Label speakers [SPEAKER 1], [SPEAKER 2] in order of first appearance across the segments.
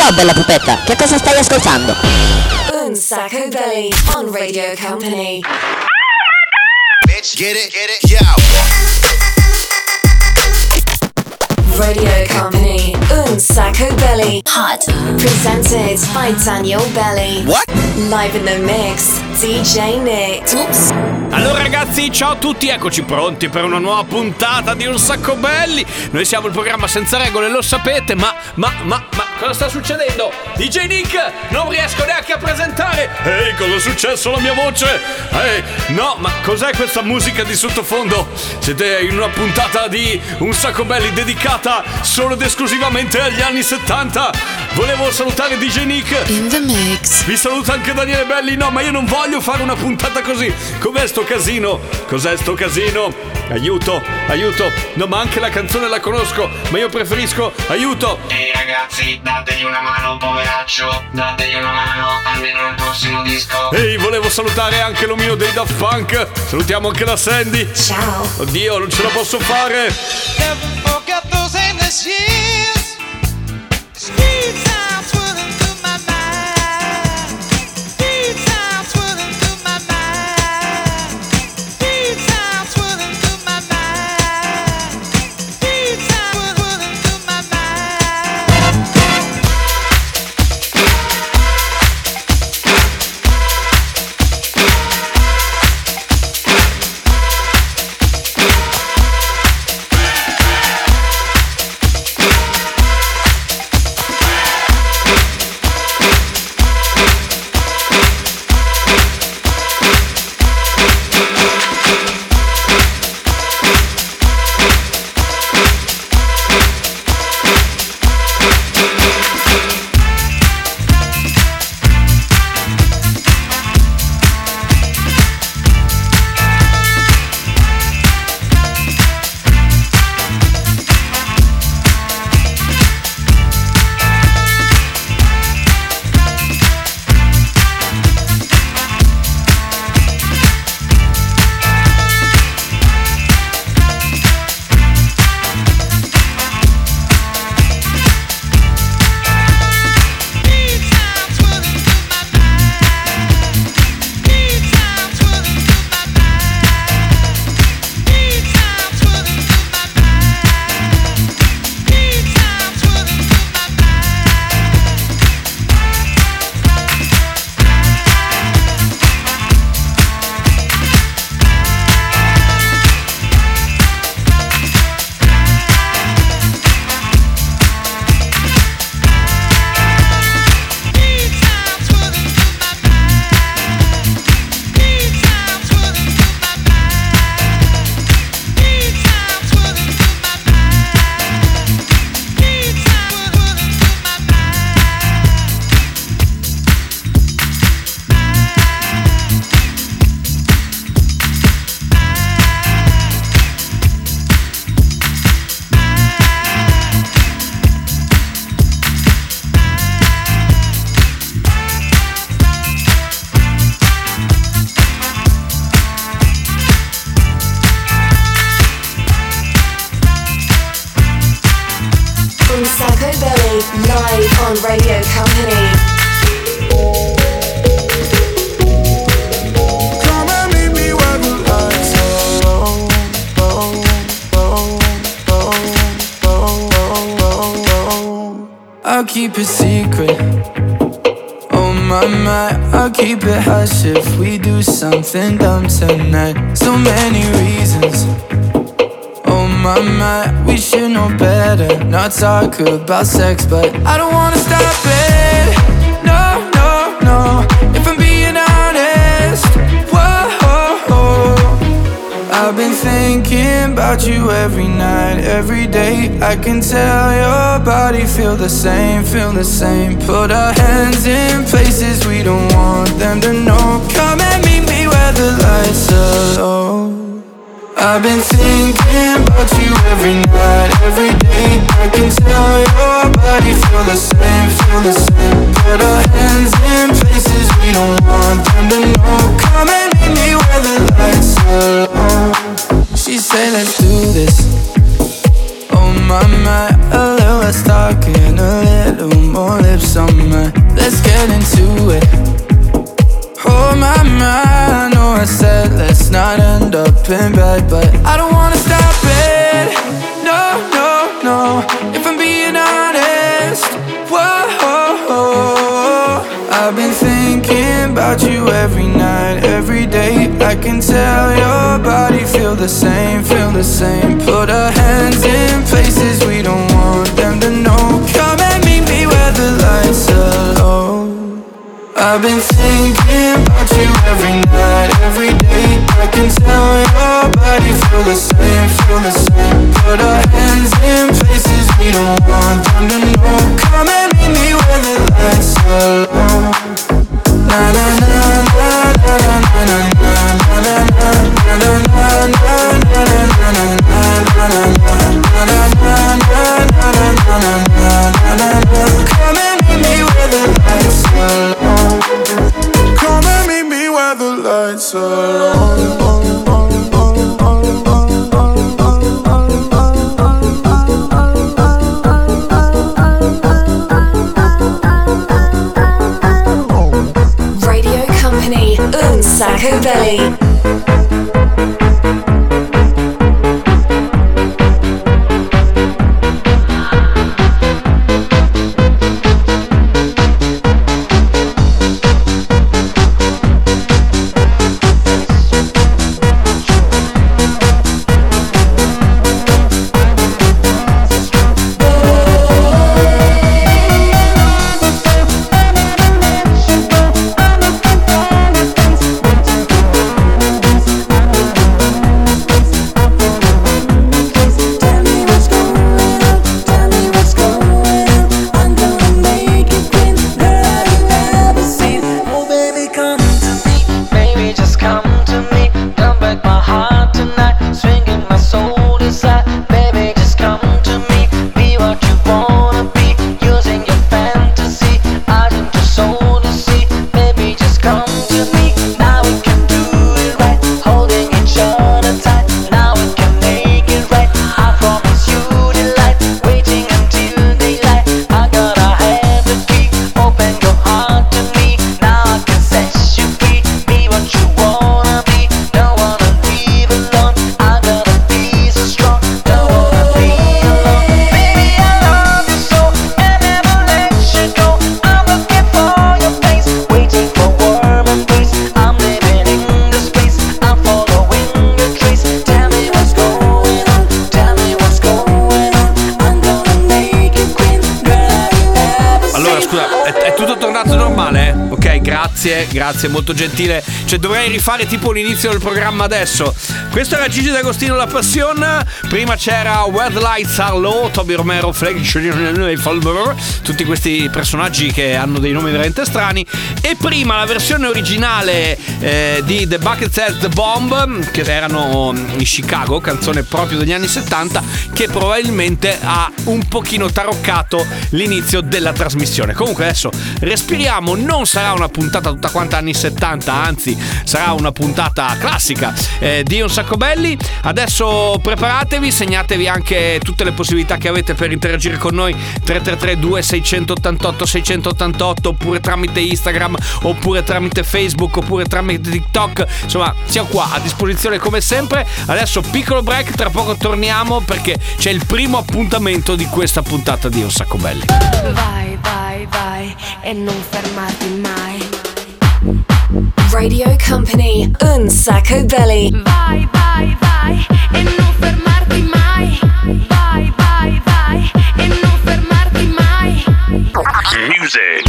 [SPEAKER 1] Ciao bella pupetta, che cosa stai ascoltando?
[SPEAKER 2] Un Sacco Belly on Radio Company.
[SPEAKER 3] Bitch, get it, yo.
[SPEAKER 2] Radio Company, Un Sacco Belly. Hot. Presented by Daniel Belly.
[SPEAKER 3] What?
[SPEAKER 2] Live in the mix, DJ Nick. Oops.
[SPEAKER 4] Allora ragazzi, ciao a tutti, eccoci pronti per una nuova puntata di Un Sacco Belli. Noi siamo il programma senza regole, lo sapete, ma cosa sta succedendo? DJ Nick, non riesco neanche a presentare. Ehi, cosa è successo alla mia voce? No, ma cos'è questa musica di sottofondo? Siete in una puntata di Un Sacco Belli dedicata solo ed esclusivamente agli anni 70. Volevo salutare DJ Nick.
[SPEAKER 5] In the mix.
[SPEAKER 4] Vi saluta anche Daniele Belli. No, ma io non voglio fare una puntata così. Com'è sto casino? Cos'è sto casino? Aiuto. No, ma anche la canzone la conosco, ma io preferisco aiuto.
[SPEAKER 6] Ehi ragazzi, dategli una mano, poveraccio. Dategli una mano, almeno il prossimo disco.
[SPEAKER 4] Ehi, volevo salutare anche l'omino dei Daft Punk. Salutiamo anche la Sandy.
[SPEAKER 2] Ciao.
[SPEAKER 4] Oddio, non ce la posso fare.
[SPEAKER 7] Never forget those endless years. Speed sounds swirling through my mind. Speed sounds swirling through my mind. Speed sounds swirling through my mind. Speed sounds swirling through my
[SPEAKER 2] live on Radio Company.
[SPEAKER 8] Come and meet me where the lights are low. I'll keep it secret. Oh my, I'll keep it hush if we do something dumb tonight. So many reasons. Oh my, we should know better. Not talk about sex, but I don't wanna stop it. No, if I'm being honest. Whoa, I've been thinking about you every night, every day. I can tell your body feel the same. Put our hands in places we don't want them to know. Come and meet me where the lights are low. I've been thinking about you every night, every day. I can tell your body feel the same. Put our hands in places we don't want them to know. Come and meet me where the lights are low. She said let's do this. Oh my mind. A little less talking, a little more lips on mine. Let's get into it. Oh my mind, I know I said let's not end up in bed, but I don't wanna stop it. No, no, no, if I'm being honest. Whoa, I've been thinking about you every night, every day. I can tell your body feel the same, feel the same. Put our hands in places we don't want them to know. Come and meet me where the lights are low. I've been thinking about you every night, every day. I can tell your body feel the same, feel the same. Put our hands in places we don't want them to know. Come and meet me where the lights are low. Na na na na na na na na na na. Come and meet me where the lights are low. Come and meet me where the lights are low.
[SPEAKER 2] Radio Company, Un Sacco Belly.
[SPEAKER 4] Grazie, molto gentile. Cioè dovrei rifare tipo l'inizio del programma adesso. Questo era Gigi D'Agostino, La Passion. Prima c'era Where the Lights Are Low, Toby Romero, tutti questi personaggi che hanno dei nomi veramente strani. E prima la versione originale di The Buckethead The Bomb, che erano in Chicago, canzone proprio degli anni 70, che probabilmente ha un pochino taroccato l'inizio della trasmissione. Comunque adesso respiriamo, non sarà una puntata tutta quanta anni 70, anzi sarà una puntata classica di Un Sacco Belli. Adesso preparatevi, segnatevi anche tutte le possibilità che avete per interagire con noi: 333 2688 688, oppure tramite Instagram, oppure tramite Facebook, oppure tramite TikTok. Insomma, siamo qua a disposizione come sempre. Adesso piccolo break, tra poco torniamo perché c'è il primo appuntamento di questa puntata di Un Sacco Belli.
[SPEAKER 5] Vai, vai, vai e non fermarti mai.
[SPEAKER 2] Radio Company, Un Sacco Belly.
[SPEAKER 5] Vai, vai, vai e non fermarti mai. Vai, vai, vai e non fermarti mai.
[SPEAKER 6] Music.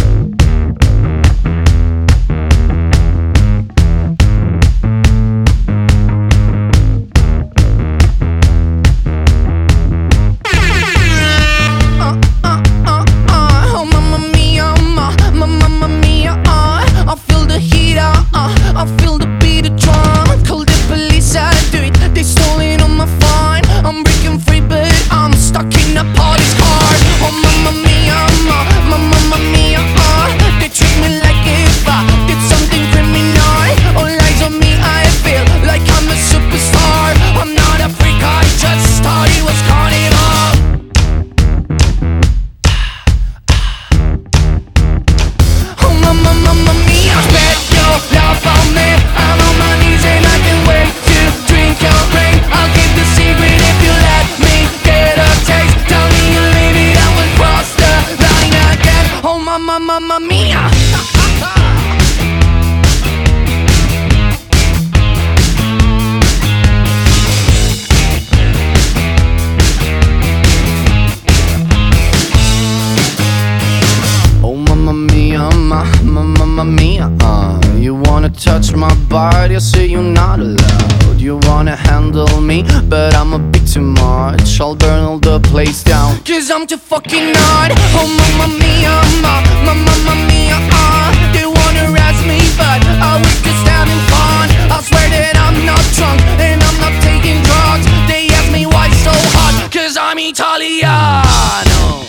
[SPEAKER 7] I feel the beat of drum. Call the police, I do it. They
[SPEAKER 8] mamma mia.
[SPEAKER 9] Oh mamma mia, mamma mia, you wanna touch my body, I say you're not allowed. You wanna handle me, but I'm a bit too much. I'll burn all the place down, 'cause I'm too fucking hard. Oh mamma mia, mamma mia, they wanna arrest me, but I was just having fun. I swear that I'm not drunk, and I'm not taking drugs. They ask me why it's so hot, 'cause I'm Italiano.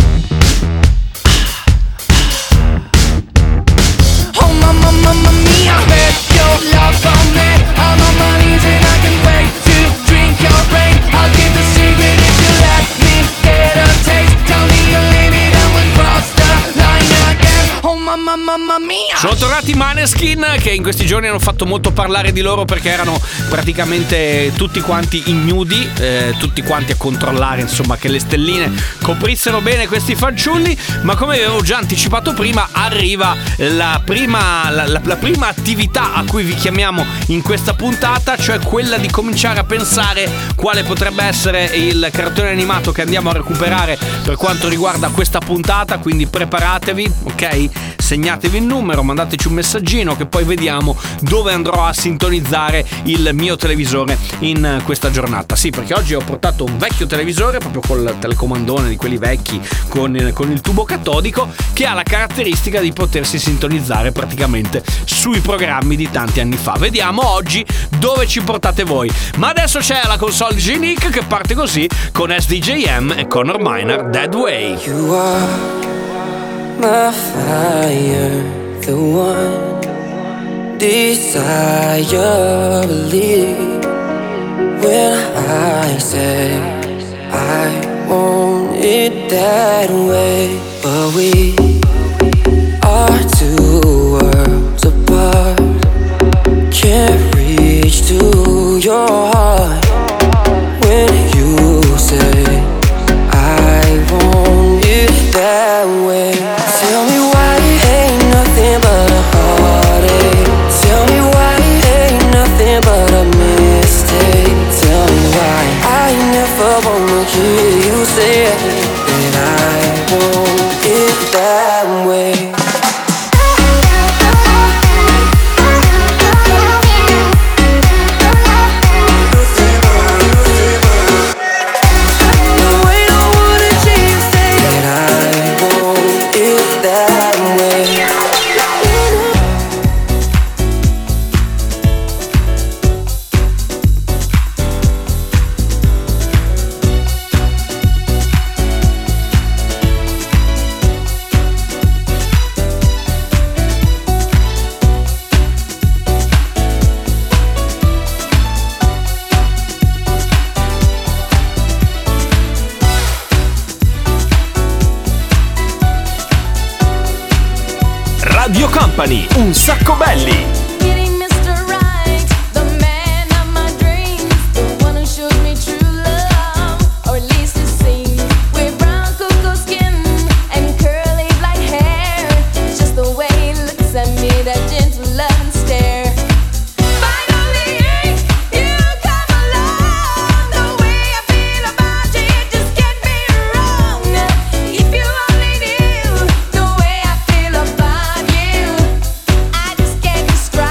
[SPEAKER 9] Oh mamma mia, bet your love on me. I'm on my knees and I can wait to drink your brain. I'll give the secret if you let me get a taste. Tell me you leave it and we'll cross the line again. Oh mamma mia.
[SPEAKER 4] Sono tornati i Maneskin, che in questi giorni hanno fatto molto parlare di loro perché erano praticamente tutti quanti ignudi, tutti quanti a controllare insomma che le stelline coprissero bene questi fanciulli. Ma come avevo già anticipato prima, arriva la prima attività a cui vi chiamiamo in questa puntata, cioè quella di cominciare a pensare quale potrebbe essere il cartone animato che andiamo a recuperare per quanto riguarda questa puntata. Quindi preparatevi, ok? Segnatevi il numero, mandateci un messaggino che poi vediamo dove andrò a sintonizzare il mio televisore in questa giornata. Sì, perché oggi ho portato un vecchio televisore proprio col telecomandone di quelli vecchi con il tubo catodico, che ha la caratteristica di potersi sintonizzare praticamente sui programmi di tanti anni fa. Vediamo oggi dove ci portate voi. Ma adesso c'è la console di J-Nick che parte così con SDJM e Conor Minor, Dead Way.
[SPEAKER 10] You are my fire, the one desire, believe when I say I want it that way. But we are two worlds apart, can't reach to your heart when you say I want it that way. Tell me why ain't nothing but a heartache. Tell me why ain't nothing but a mistake. Tell me why I never wanna hear you say that I want it that way.
[SPEAKER 11] Radio Company, un sacco belli.
[SPEAKER 5] Describe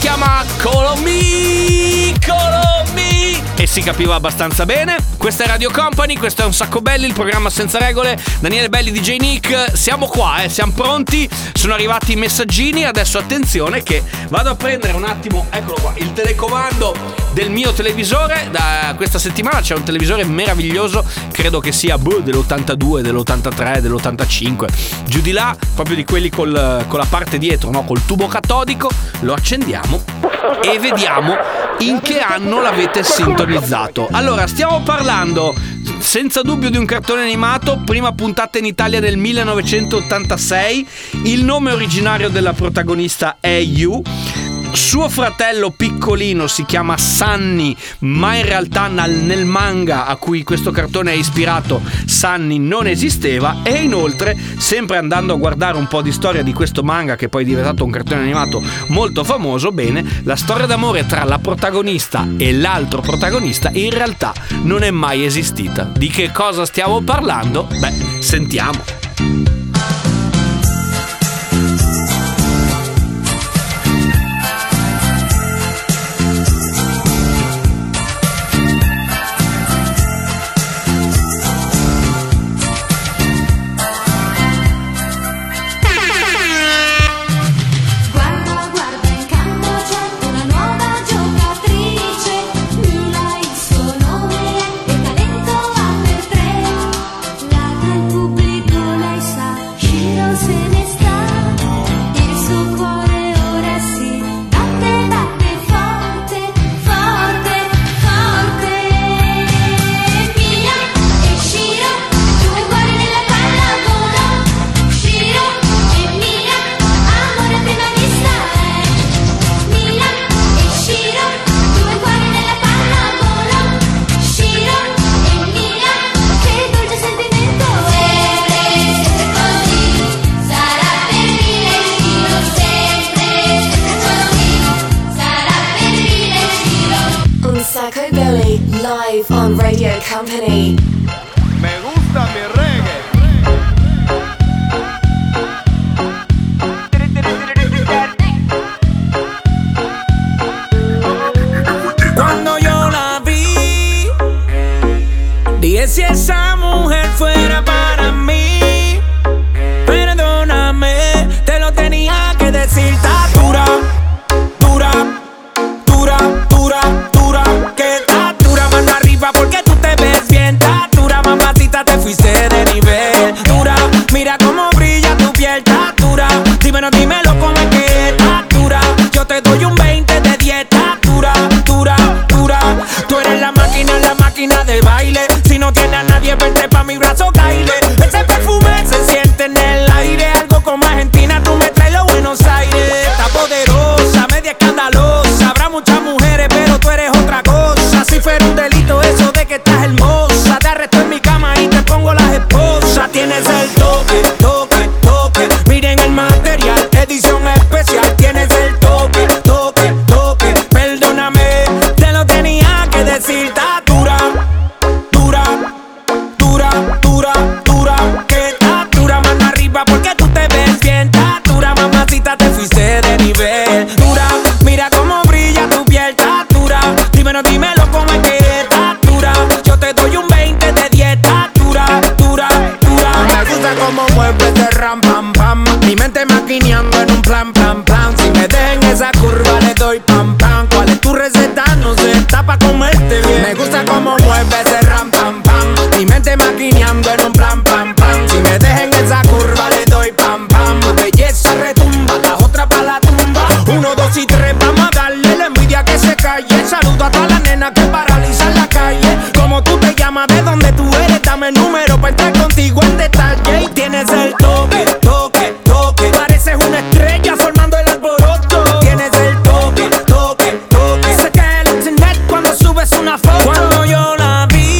[SPEAKER 4] chiama Colomi e si capiva abbastanza bene. Questa è Radio Company, questo è Un Sacco Belli, il programma senza regole. Daniele Belli, DJ Nick, siamo qua, siamo pronti. Sono arrivati i messaggini. Adesso attenzione che vado a prendere un attimo, eccolo qua, il telecomando del mio televisore. Da questa settimana c'è un televisore meraviglioso, credo che sia dell'82, dell'83, dell'85, giù di là, proprio di quelli con la parte dietro, no? Col tubo catodico. Lo accendiamo e vediamo in che anno l'avete sintonizzato. Allora, stiamo parlando senza dubbio di un cartone animato, prima puntata in Italia nel 1986. Il nome originario della protagonista è Yu. Suo fratello piccolino si chiama Sunny, ma in realtà nel manga a cui questo cartone è ispirato Sunny non esisteva. E inoltre, sempre andando a guardare un po' di storia di questo manga, che poi è diventato un cartone animato molto famoso, bene, la storia d'amore tra la protagonista e l'altro protagonista in realtà non è mai esistita. Di che cosa stiamo parlando? Beh, sentiamo.
[SPEAKER 2] Live on Radio Company.
[SPEAKER 12] Me gusta mi reggae.
[SPEAKER 13] Cuando yo la vi, dije si esa mujer fuera para mí, perdóname, te lo tenía que decir. Está dura, dura, dura, dura, dura, que está dura, mano arriba porque tú te ves bien. Está dura, mamacita, te fuiste de nivel. Dura, mira cómo brilla tu piel. Está dura, dímelo, dímelo cómo es que está dura. Yo te doy un 20 de 10. Está dura, dura, dura. Tú eres la máquina de baile. Si no tienes a nadie, vente pa' mi brazo, caile. Ese perfume se siente en el aire. Algo como Argentina, tú me traes los Buenos Aires. Está poderosa, media escandalosa. Habrá muchas mujeres, pero tú eres otra cosa. Si fuera un delito eso de que estás hermosa, te arresto en mi cama y te pongo las esposas. Tienes el toque, toque, toque. Miren el material, edición especial. Tienes el toque, toque, toque. Perdóname, te lo tenía que decir. Está dura, dura, dura, dura, dura. Que está dura, mano arriba porque tú te ves bien. Está dura, mamacita, te fuiste de nivel. Dura, mira cómo brilla tu piel. Está dura, dímelo, dímelo cómo es que está dura. Yo te doy un 20 de 10. Está dura, dura, dura.
[SPEAKER 12] Me gusta cómo mueves ese ram pam pam. Mi mente maquineando en un plan plan plan. Si me dejan esa curva le doy pam pam. ¿Cuál es tu receta? No sé, está pa' comerte bien. Me gusta cómo mueves ese ram pam pam. Mi mente maquineando en un plan pam pam. Si me dejan esa curva le doy pam pam. Tu belleza retumba, las otras pa' la tumba. 1, 2 y 3, vamos a darle la envidia que se calle. Saludo a todas las nenas que paralizan la calle. Como tú te llamas, de dónde tú eres, dame el número pa' entrar contigo en detalle. Y tienes el toque, toque, toque. Pareces una estrella formando el alboroto. Tienes el toque, toque, toque. Se cae el internet cuando subes una foto.
[SPEAKER 13] Cuando yo la vi,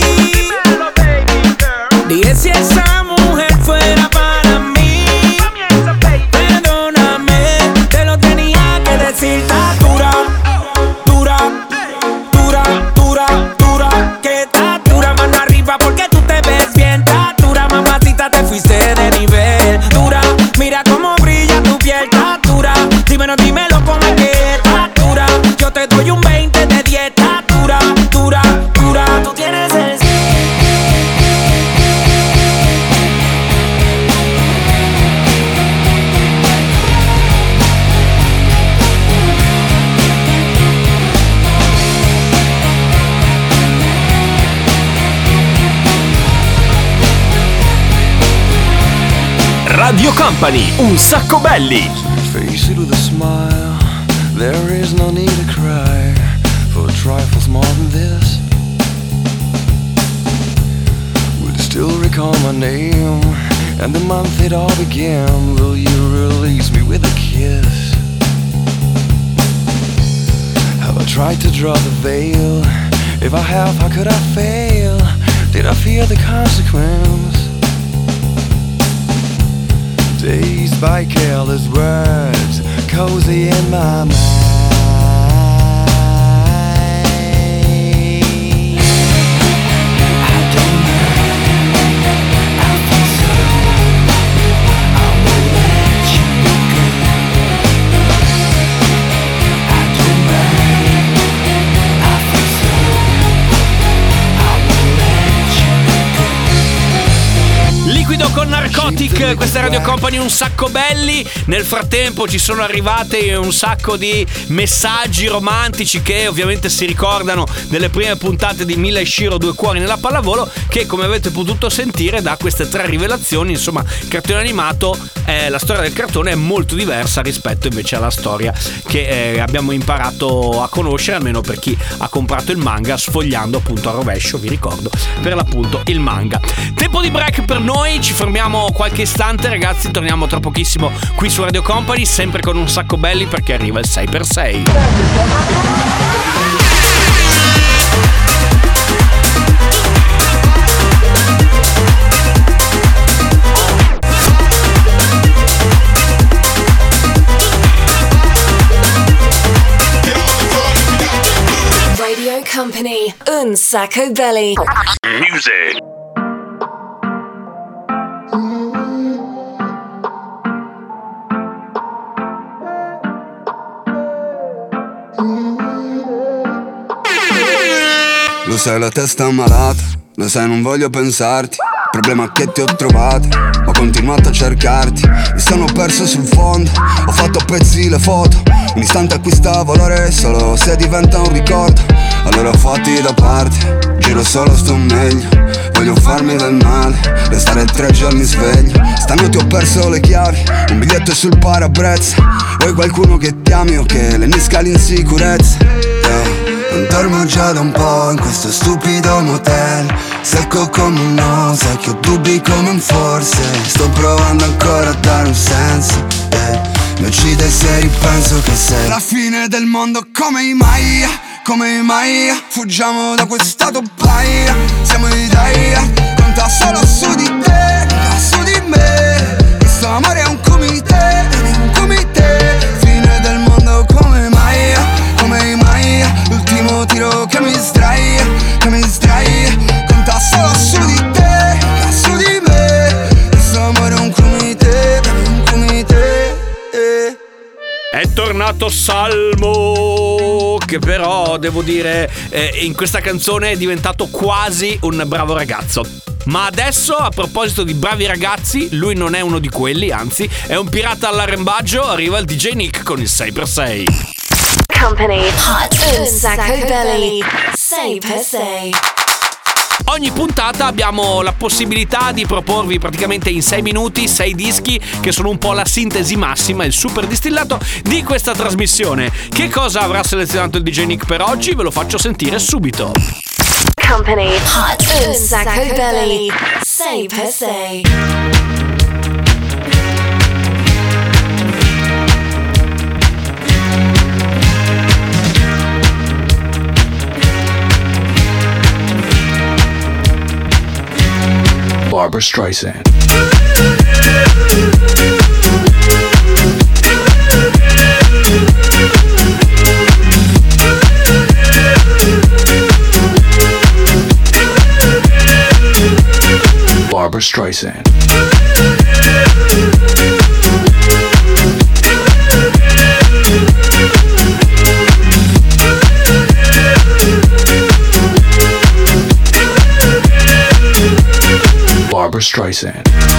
[SPEAKER 13] dije si esa mujer fuera para mí, perdóname, te lo tenía que decir. Está dura, dura, dura, dura, dura. Que está dura, mano arriba porque tú te ves bien. Está dura, mamacita, te fuiste de nivel. Dura, mira cómo brilla tu piel. Está dura, dímelo, dímelo cómo es que está dura. doy un 20 de dieta dura, dura, dura. Tú tienes el...
[SPEAKER 11] Radio Company, un sacco belli.
[SPEAKER 14] Face it with a smile. There is no need to cry for trifles more than this. Will you still recall my name and the month it all began? Will you release me with a kiss? Have I tried to draw the veil? If I have, how could I fail? Did I fear the consequence? Dazed by careless words, cozy in my mind. I don't mind, I feel so. I will let you go. I don't mind, I feel so. I will let you go.
[SPEAKER 4] Liquido con Narcotic, questa è Radio Company, un sacco belli. Nel frattempo ci sono arrivati un sacco di messaggi romantici che ovviamente si ricordano delle prime puntate di Mila e Shiro, Due cuori nella pallavolo, che come avete potuto sentire da queste 3 rivelazioni, insomma, il cartone animato, la storia del cartone è molto diversa rispetto invece alla storia che abbiamo imparato a conoscere, almeno per chi ha comprato il manga sfogliando appunto a rovescio, vi ricordo, per l'appunto il manga. Tempo di break per noi, ci fermiamo qualche istante ragazzi, torniamo tra pochissimo qui su Radio Company, sempre con un sacco belli perché arriva il 6x6.
[SPEAKER 2] Radio Company, un sacco belli.
[SPEAKER 11] Music.
[SPEAKER 15] Lo sai la testa malata, lo sai non voglio pensarti. Il problema è che ti ho trovato, ho continuato a cercarti. Mi sono perso sul fondo, ho fatto a pezzi le foto. Un istante acquista valore solo se diventa un ricordo. Allora fatti da parte, giro solo sto meglio. Voglio farmi del male, restare 3 giorni sveglio. Stanotte ho perso le chiavi, un biglietto sul parabrezza. Vuoi qualcuno che ti ami o che lenisca l'insicurezza? Non dormo già da un po' in questo stupido motel. Secco come un no, sai che ho dubbi come un forse. Sto provando ancora a dare un senso, mi uccide se ripenso che sei la fine del mondo come i Maya, come i Maya. Fuggiamo da quest'stato paia, siamo i dai, conta solo su di te, conta su di me. Questo amore è un comité, un comité. Fine del mondo come Maya, come i Maya. L'ultimo tiro che mi sdraia, che mi sdraia. Conta solo su di te, conta su di me. Questo amore è un comité, un comité.
[SPEAKER 4] È tornato Salmo, che però devo dire in questa canzone è diventato quasi un bravo ragazzo. Ma adesso, a proposito di bravi ragazzi, lui non è uno di quelli, anzi è un pirata all'arrembaggio. Arriva il DJ Nick con il 6x6.
[SPEAKER 2] Company, hot un sacco belli, 6x6.
[SPEAKER 4] Ogni puntata abbiamo la possibilità di proporvi praticamente in 6 minuti 6 dischi che sono un po' la sintesi massima, il super distillato di questa trasmissione. Che cosa avrà selezionato il DJ Nick per oggi? Ve lo faccio sentire subito.
[SPEAKER 2] Company, hot un sacco belli, 6x6.
[SPEAKER 16] Barbra Streisand. Barbra Streisand. Streisand.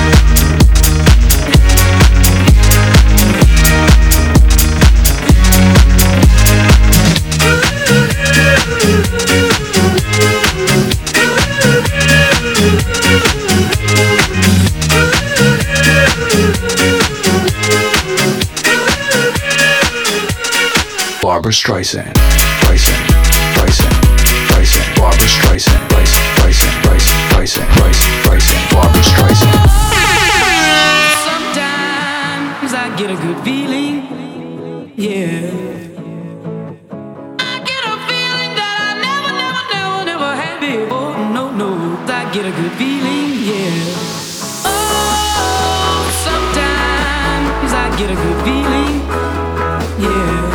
[SPEAKER 16] Barbra Streisand, Streisand, Streisand, Streisand, Barbra Streisand, Streisand, Streisand, Streisand, Barbra Streisand.
[SPEAKER 17] Sometimes I get a good feeling, yeah. I get a feeling that I never had before. No, I get a good feeling, yeah. Oh, sometimes I get a good feeling, yeah.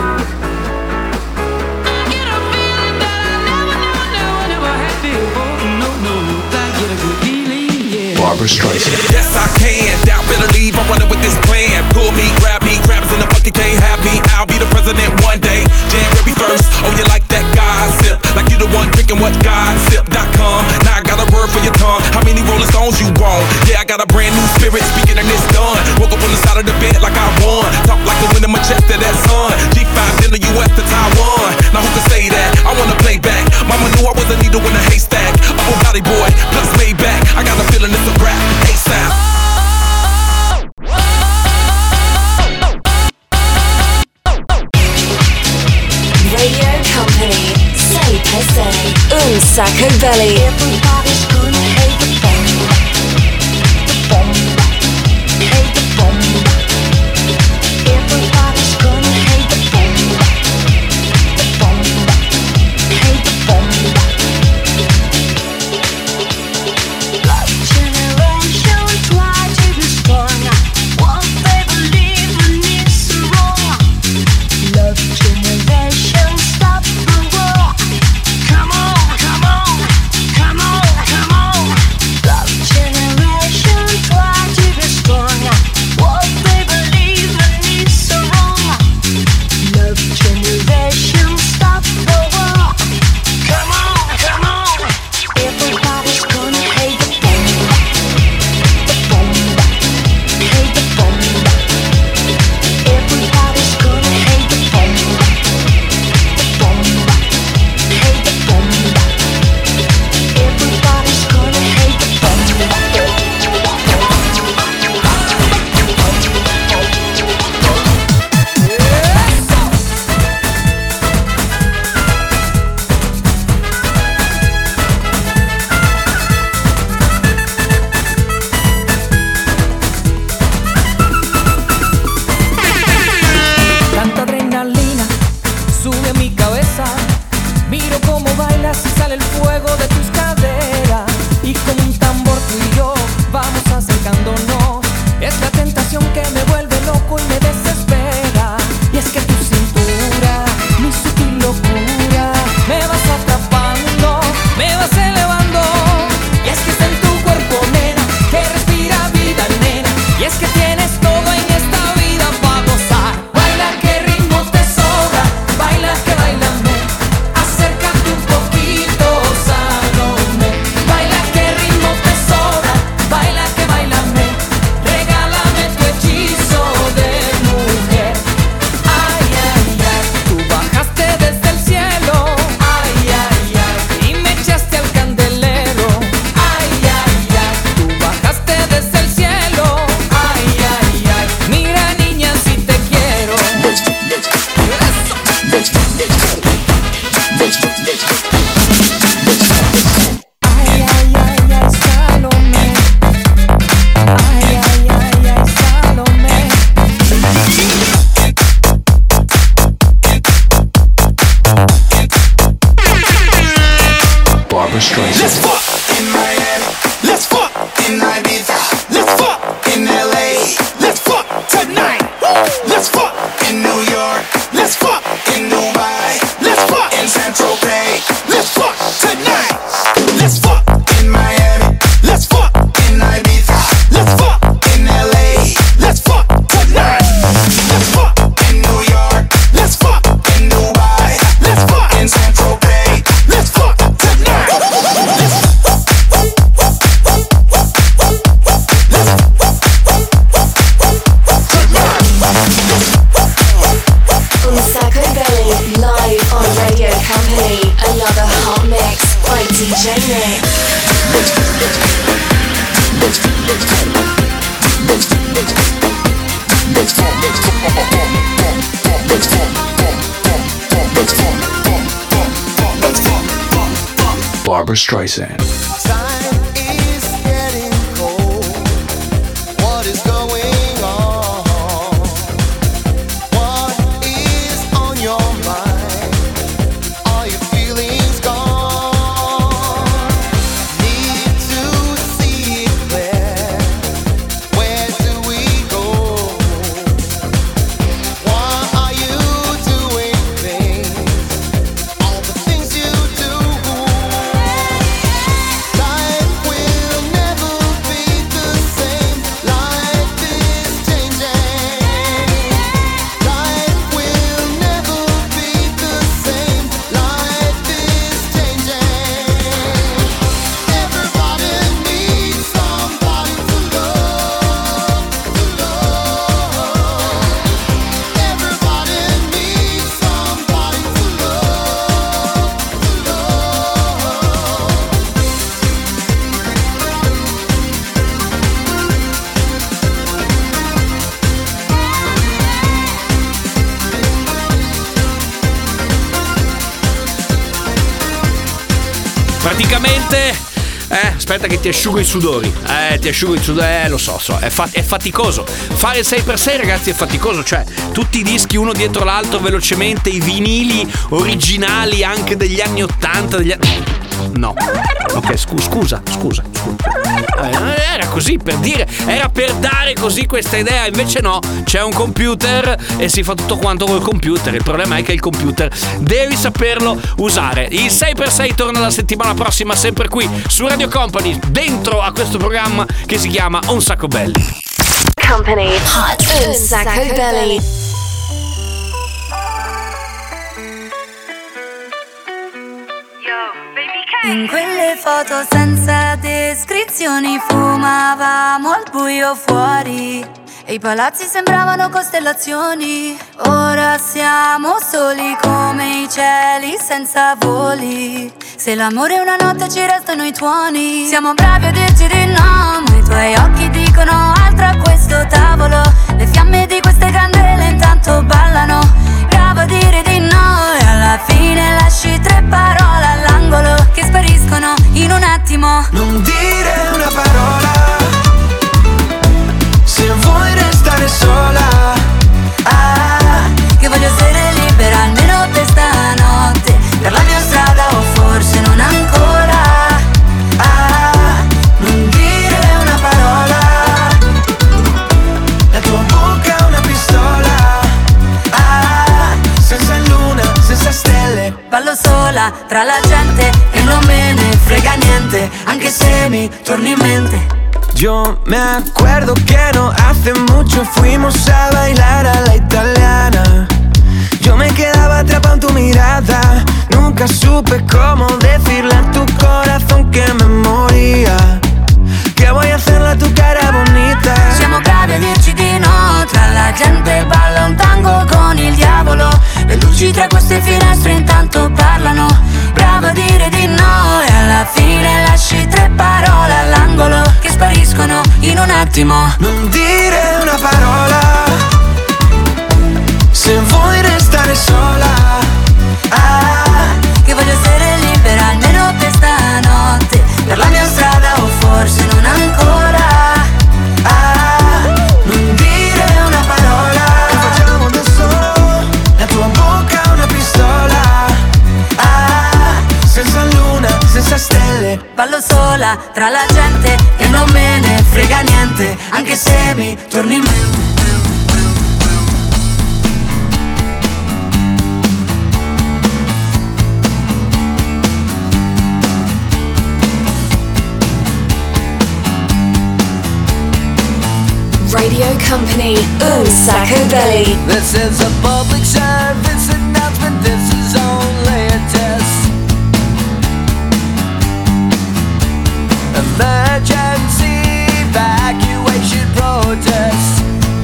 [SPEAKER 16] Barbra Streisand.
[SPEAKER 18] Yes, I can. Doubt, better leave. I'm running with this plan. Pull me, grab me, crabs in the bucket, can't have me. I'll be the president one day. January 1st. Oh, you like that gossip? Like you the one drinking what gossip.com. Now I got a word for your tongue. How many Rolling Stones you want? Yeah, I got a brand new spirit. Speaking and it's done. Woke up on the side of the bed like I won. Talk like the wind in my chest to that sun. G5 in the US to Taiwan. Now who can say that? I wanna play back. Mama knew I was a needle in a haystack. Upper body boy, plus Maybach. I got a feeling it's a rap. ASAP.
[SPEAKER 2] Radio Company, say per se, un sacco belly. Everybody's gonna hate the bomb. The bomb. Hate the bomb. Everybody's gonna hate the bomb. The bomb. Hate the bomb. Love generation try to be strong. What they believe in is wrong. Love generation stop the war. Come on, come on, come on, come on. Love generation try to be strong. What they believe in is wrong. Love generation stop the war. Come on, come on. Everybody's gonna hate the bomb. The bomb. Hate the bomb. Everybody's gonna hate the bomb. The bomb. Hate the bomb. Everybody's gonna hate the bomb.
[SPEAKER 17] Tanta adrenalina sube a mi cabeza. Miro cómo bailas y sale el fuego de tus caderas. Y como un tambor tú y yo vamos acercándonos. Es la tentación que me vuelve loco y me desespera. Y es que tu cintura, mi sutil locura, me vas atrapando, me vas elevando. Y es que está en tu cuerpo, nena, que respira vida, nena. Y es que tienes todo en esta vida para gozar. Baila que ritmo te sobra, baila que bailame. Acércate un poquito, Salomé. Baila que ritmo te sobra, baila que bailame. Regálame tu hechizo de mujer. Ay, ay, ay, tú bajaste desde el cielo. Ay, ay, ay, y me echaste al candelero. Ay, ay, ay, tú bajaste desde el cielo. Ay, ay, ay, mira niña si te quiero. Ay, ay, ay, ay, Salomé. Ay, ay, ay, ay, Salomé.
[SPEAKER 16] Barbra Streisand.
[SPEAKER 3] Let's fuck in Miami. Let's fuck in Ibiza. Let's fuck in LA. Let's fuck tonight. Let's fuck in New York. Let's fuck in Dubai. Let's fuck in Central Bay. Let's fuck tonight. Let's fuck in Miami. Let's fuck in Ibiza. Let's fuck in LA. Let's fuck tonight. Let's fuck in New York. Let's fuck in Dubai. Let's fuck in Central Bay. Let's fuck tonight. Let's
[SPEAKER 16] Barbra Streisand.
[SPEAKER 3] Time is getting cold. What is going on? What is on your mind? Are your feelings gone? Need to see it clear. Where do we go? Why are you doing things? All the things you do. Life will never be the same. Life is changing. Life will never be the same. Life is changing. Everybody needs somebody to love, to love. Everybody needs somebody to love, to love.
[SPEAKER 4] Praticamente, aspetta che ti asciugo i sudori. Lo so, è faticoso. Fare il 6x6, ragazzi, è faticoso. Cioè, tutti i dischi uno dietro l'altro velocemente, i vinili originali anche degli anni 80, No. Ok, scusa. Era così per dire, era per dare così questa idea. Invece no, c'è un computer e si fa tutto quanto col computer. Il problema è che il computer devi saperlo usare. Il 6x6 torna la settimana prossima, sempre qui su Radio Company, dentro a questo programma che si chiama Un Sacco Belli.
[SPEAKER 5] Company Hot Un Sacco Belly.
[SPEAKER 19] In quelle foto senza descrizioni fumavamo al buio fuori e i palazzi sembravano costellazioni. Ora siamo soli come i cieli senza voli. Se l'amore è una notte ci restano i tuoni. Siamo bravi a dirci di no, ma i tuoi occhi dicono altro a questo tavolo. Le fiamme di queste candele intanto ballano. Bravo a dire di no e alla fine lasci 3 parole all'angolo che spariscono in un attimo.
[SPEAKER 12] Non dire una parola se vuoi restare sola.
[SPEAKER 19] Che voglio essere libera almeno per stanotte, per la mia strada o forse non ancora.
[SPEAKER 12] Non dire una parola, la tua bocca è una pistola. Senza luna, senza stelle,
[SPEAKER 19] ballo sola tra la gente e non me ne frega niente, anche se mi torni in mente.
[SPEAKER 12] Yo me acuerdo que no hace mucho fuimos a bailar a la italiana. Yo me quedaba atrapado en tu mirada, nunca supe cómo decirle a tu corazón que me moría. Que voy a hacerle a tu cara bonita.
[SPEAKER 19] Siamo bravi a dirci di no, tra la gente balla un tango con il diavolo. Le luci tra queste finestre intanto parlano. Bravo a dire di no e alla fine lasci 3 parole all'angolo che spariscono in un attimo.
[SPEAKER 12] Non dire una parola se vuoi restare sola.
[SPEAKER 19] Che voglio essere libera almeno per stanotte, per la mia strada o forse non ancora.
[SPEAKER 12] Non dire una parola, che facciamo adesso? La tua bocca è una pistola. Senza luna, senza stelle,
[SPEAKER 19] ballo sola tra la gente e non me ne frega niente, anche se mi torni in mente.
[SPEAKER 5] Radio Company Un Sacco Belly.
[SPEAKER 12] This is a public service announcement, this is only a test. Emergency evacuation protest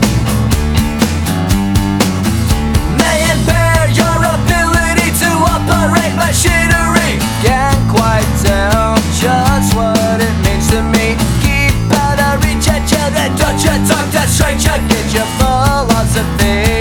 [SPEAKER 12] may impair your ability to operate machinery. Can't quite tell just what it means to me. Keep out of reach at children, don't you talk to stranger. Get your philosophy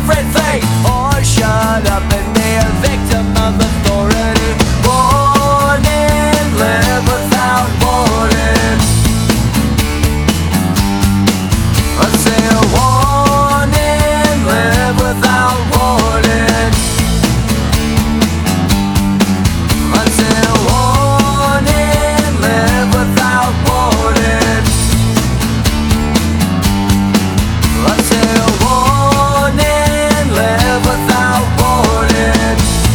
[SPEAKER 8] everything, or shut up and be a victim of authority. Warning, live without warning. I say a warning, live without warning. I say a warning, live without warning. I say a warning, live without warning.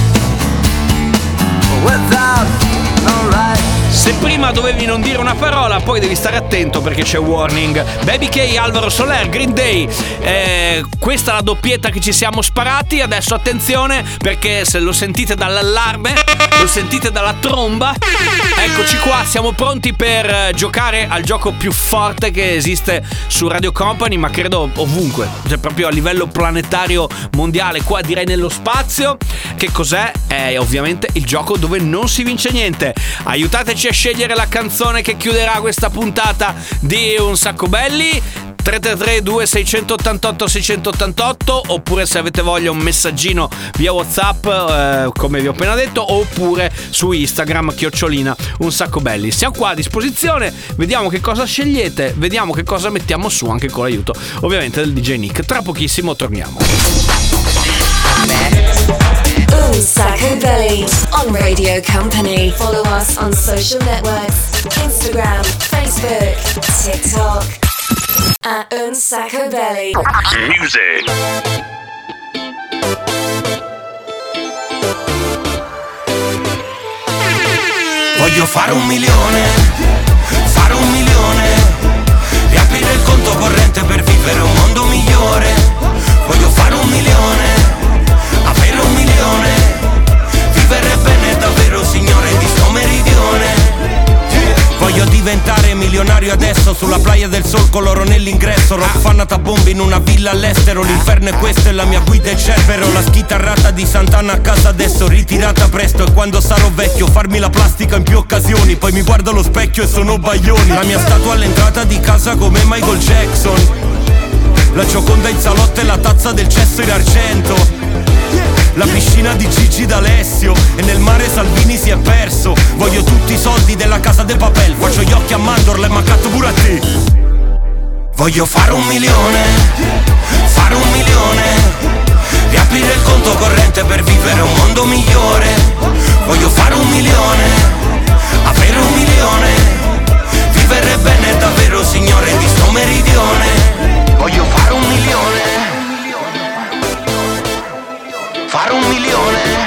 [SPEAKER 8] Without no right.
[SPEAKER 4] Se prima dovevi non dire una parola, poi devi stare attento perché c'è warning. Baby K, Alvaro Soler, Green Day. Questa è la doppietta che ci siamo sparati. Adesso attenzione, perché se lo sentite dall'allarme, lo sentite dalla tromba, eccoci qua, siamo pronti per giocare al gioco più forte che esiste su Radio Company, ma credo ovunque, cioè proprio a livello planetario mondiale, qua direi nello spazio. Che cos'è? È ovviamente il gioco dove non si vince niente. Aiutateci a scegliere la canzone che chiuderà questa puntata di Un Sacco Belli. 333-2688-688, oppure se avete voglia un messaggino via WhatsApp, come vi ho appena detto, oppure su Instagram @Un Sacco Belli. Siamo qua a disposizione, vediamo che cosa scegliete, vediamo che cosa mettiamo su, anche con l'aiuto ovviamente del DJ Nick. Tra pochissimo torniamo.
[SPEAKER 20] Un Sacco Belly on Radio Company. Follow us on social networks: Instagram, Facebook, TikTok. At Un Sacco Belly.
[SPEAKER 11] Music.
[SPEAKER 12] Voglio fare 1 milione, fare 1 milione, riaprire il conto corrente per vivere un mondo migliore. Voglio fare 1 milione, avere 1 milione, vivere bene davvero, signore di sto meridione. Voglio diventare milionario adesso, sulla playa del sol con l'oro nell'ingresso. Rock fan a bombe in una villa all'estero. L'inferno è questo e la mia guida è Cerbero. La schitarrata di Sant'Anna a casa adesso, ritirata presto. E quando sarò vecchio farmi la plastica in più occasioni. Poi mi guardo allo specchio e sono Baglioni. La mia statua all'entrata di casa come Michael Jackson. La Gioconda in salotto e la tazza del cesso in argento. La piscina di Gigi D'Alessio e nel mare Salvini si è perso. Voglio tutti i soldi della casa de papel. Faccio gli occhi a mandorla e mancato pure a te. Voglio fare 1 milione, fare 1 milione, riaprire il conto corrente per vivere un mondo migliore. Voglio fare 1 milione, avere 1 milione, vivere bene davvero, signore di sto meridione. Voglio fare 1 milione, fare 1 milione.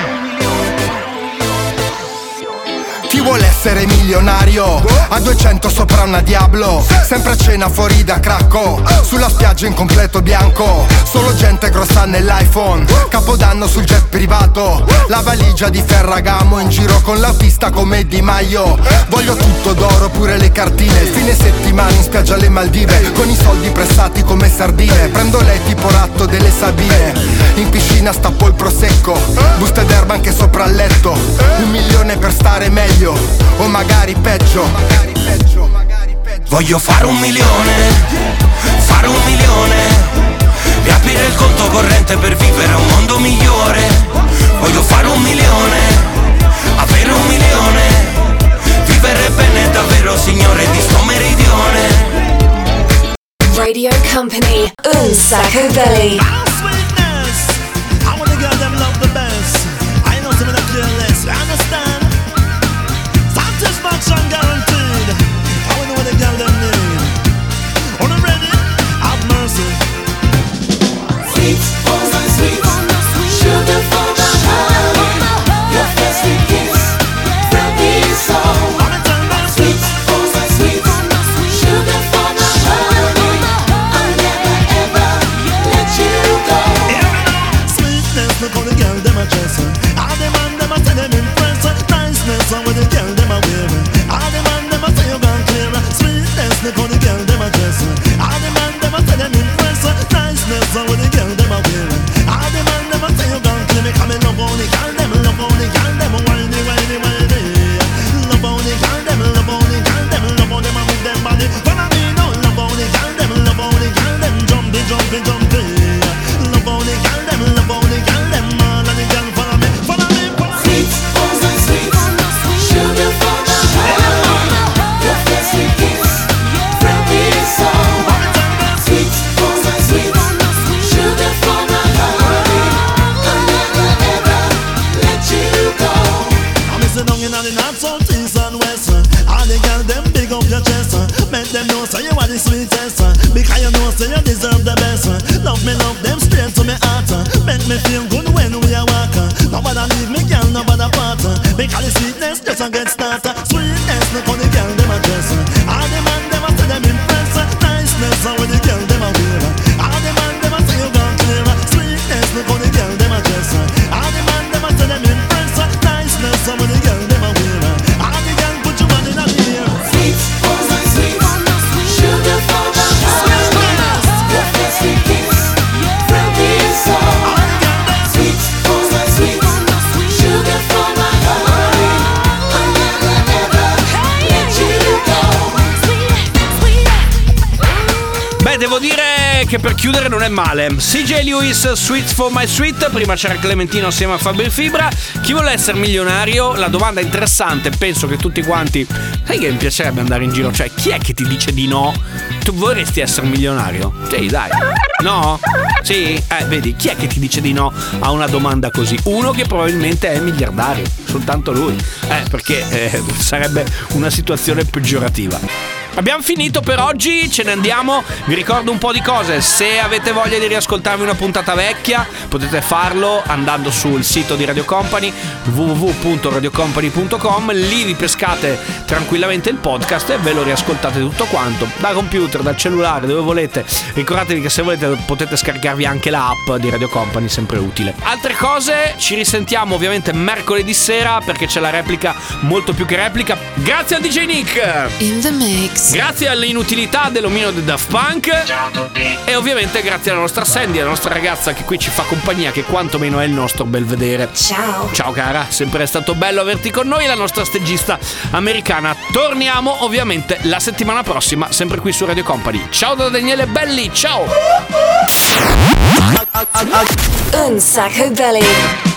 [SPEAKER 21] Chi vuole essere milionario? A 200 sopra una Diablo. Sempre a cena fuori da Cracco. Sulla spiaggia in completo bianco. Solo gente grossa nell'iPhone. Capodanno sul jet privato. La valigia di Ferragamo. In giro con l'autista come Di Maio. Voglio tutto d'oro, pure le cartine. Fine settimana in spiaggia alle Maldive. Con i soldi prestati come sardine. Prendo lei tipo ratto delle Sabine. In piscina stappo il prosecco. Buste d'erba anche sopra il letto. 1 milione per stare meglio, o magari peggio.
[SPEAKER 12] Voglio fare 1 milione, fare 1 milione, riaprire il conto corrente per vivere un mondo migliore. Voglio fare 1 milione, avere 1 milione, vivere bene davvero, signore di sto meridione.
[SPEAKER 20] Radio Company, Un Sacco Belly.
[SPEAKER 22] I wanna girl them love the best. I know some of them careless. Understand? Satisfaction guaranteed. I wanna know what the girl them need. On the ready, have mercy.
[SPEAKER 3] Sweet, oh my sweet, sugar for my heart. Your first sweet kiss, from this song. Sweet, oh my sweet, sugar for my heart. I'll never ever let you go.
[SPEAKER 22] Sweetness, look how the girl them a dress. All the man them a tell them impress. Niceness, how the girl them a wear. All the man them a say you gone clear. Sweetness, look how the girl them a dress. All the man them a tell them impress. Niceness, how the girl them a wear. All the man them a say you gone clear. Me come in love on the girl them, love on the girl them, whiny, whiny, whiny. Love on the girl them, love on the girl them, love on them and move them body. Follow me now, love on the girl them, love on the girl them, jumpy, jumpy, jumpy. Love on the girl them, the north, south, east and west. All the girls them big up your chest. Make them know say you are the sweetest. Because you know say you deserve the best. Love them straight to me heart. Make me feel good when we are walking. Nobody leave me, girl, nobody part. Because the sweetness just a get started. Sweetness, look how the girl them a dress. All the man them a say them impress. Niceness, how the girl them a wear. All the man them a say you gone clear. Sweetness, look how the girl them a dress. All the man them a say them impress. Niceness, how the girl them a wear. All the girl put your man in the air. Sweet, oh my sweet, sugar for my heart. Your fancy kiss, from me is all. Sweet, oh my sweet, sugar for my heart. I'll never ever let you go.
[SPEAKER 4] Beh, devo dire che per chiudere non è male. CJ Lewis, Sweet for My Sweet. Prima c'era Clementino assieme a Fabio Fibra. Chi vuole essere milionario? La domanda è interessante. Penso che tutti quanti, sai che mi piacerebbe andare in giro? Cioè, chi è che ti dice di no? Tu vorresti essere milionario? Sì, dai. No? Sì? Vedi, chi è che ti dice di no a una domanda così? Uno che probabilmente è miliardario. Soltanto lui. Perché sarebbe una situazione peggiorativa. Abbiamo finito per oggi, ce ne andiamo. Vi ricordo un po' di cose. Se avete voglia di riascoltarvi una puntata vecchia, potete farlo andando sul sito di Radio Company, www.radiocompany.com. Lì vi pescate tranquillamente il podcast e ve lo riascoltate tutto quanto, dal computer, dal cellulare, dove volete. Ricordatevi che se volete potete scaricarvi anche l'app di Radio Company, sempre utile. Altre cose, ci risentiamo ovviamente mercoledì sera, perché c'è la replica, molto più che replica. Grazie a DJ Nick
[SPEAKER 20] In the mix.
[SPEAKER 4] Grazie all'inutilità dell'omino di Daft Punk.
[SPEAKER 1] Ciao a tutti.
[SPEAKER 4] E ovviamente grazie alla nostra Sandy, la nostra ragazza che qui ci fa compagnia, che quantomeno è il nostro belvedere.
[SPEAKER 20] Ciao.
[SPEAKER 4] Ciao cara, sempre è stato bello averti con noi, la nostra stagista americana. Torniamo ovviamente la settimana prossima, sempre qui su Radio Company. Ciao da Daniele Belli, ciao.
[SPEAKER 20] Un sacco belli.